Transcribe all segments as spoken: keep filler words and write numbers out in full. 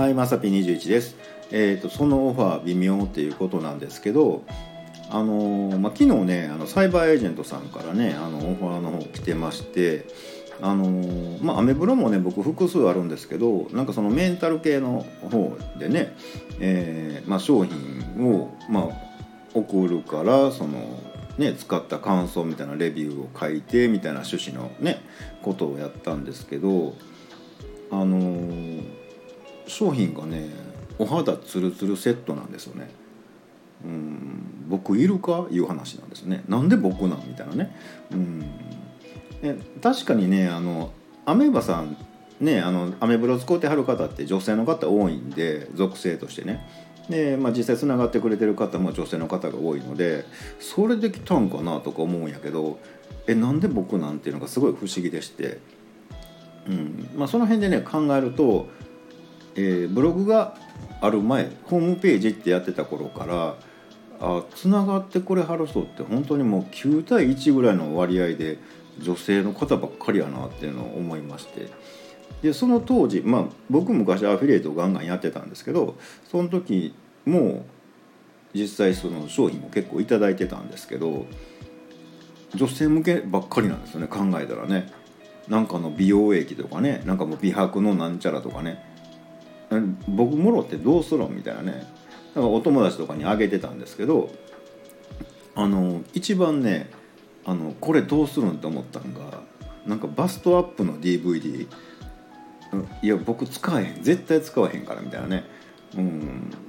はい、まさぴにじゅういちです。えーと、そのオファー微妙っていうことなんですけど、あのーまあ、昨日ねあのサイバーエージェントさんからねあのオファーの方来てまして、あのーまあ、アメブロもね僕複数あるんですけど、なんかそのメンタル系の方でね、えーまあ、商品を、まあ、送るからそのね、使った感想みたいなレビューを書いてみたいな趣旨のねことをやったんですけど、あのー商品がねお肌ツルツルセットなんですよね。うん、僕いるかいう話なんですね。なんで僕なんみたいなね。うん、え確かにねあのアメーバさんねあのアメブロ使ってはる方って女性の方多いんで、属性としてね。で、まあ、実際つながってくれてる方も女性の方が多いので、それできたんかなとか思うんやけど、えなんで僕なんていうのがすごい不思議でして、うんまあ、その辺でね考えると、えー、ブログがある前ホームページってやってた頃からあつながってくれはる人って本当にもうきゅうたいいちぐらいの割合で女性の方ばっかりやなっていうのを思いまして、でその当時、まあ、僕昔アフィリエイトガンガンやってたんですけど、その時も実際その商品も結構いただいてたんですけど、女性向けばっかりなんですよね。考えたらね、なんかの美容液とかね、なんかもう美白のなんちゃらとかね、僕もろってどうするんみたいなね、だからお友達とかにあげてたんですけど、あの一番ねあのこれどうするんって思ったんが、なんかバストアップの ディーブイディー、 いや僕使えへん絶対使わへんからみたいなね、うん、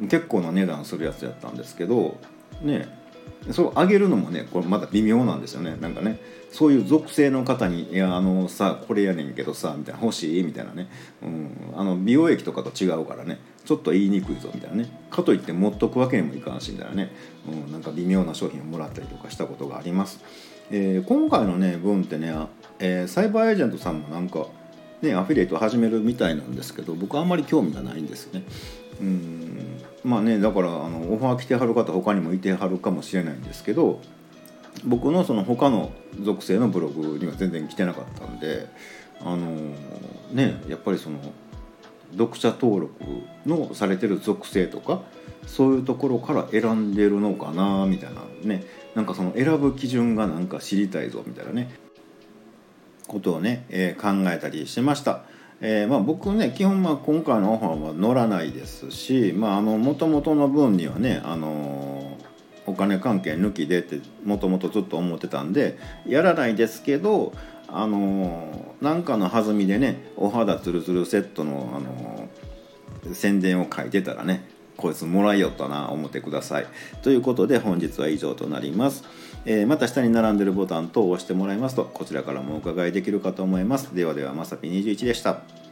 結構な値段するやつやったんですけどね、そう上げるのもねこれまだ微妙なんですよね。なんかねそういう属性の方に「いやあのさこれやねんけどさ」みたいな「欲しい?」みたいなね、うん、あの美容液とかと違うからねちょっと言いにくいぞみたいなね、かといって持っとくわけにもいかんしみたいなね、うん、なんか微妙な商品をもらったりとかしたことがあります。えー、今回のね分ってね、えー、サイバーエージェントさんもなんかねアフィリエイト始めるみたいなんですけど、僕あんまり興味がないんですね。うんまあねだからあのオファー来てはる方他にもいてはるかもしれないんですけど、僕のその他の属性のブログには全然来てなかったんで、あのねやっぱりその読者登録のされてる属性とかそういうところから選んでるのかなみたいなね、なんかその選ぶ基準がなんか知りたいぞみたいなねことをね、えー、考えたりしました。えーまあ、僕ね基本まあ今回のオファーは乗らないですし、まあ、あの元々の分にはね、あのー、お金関係抜きでってもともとずっと思ってたんでやらないですけど、あのー、なんかの弾みでねお肌ツルツルセットの、あのー、宣伝を書いてたらねこいつもらいよったな思ってください。ということで本日は以上となります。えー、また下に並んでいるボタン等を押してもらいますとこちらからもお伺いできるかと思います。ではではまさぴにじゅういちでした。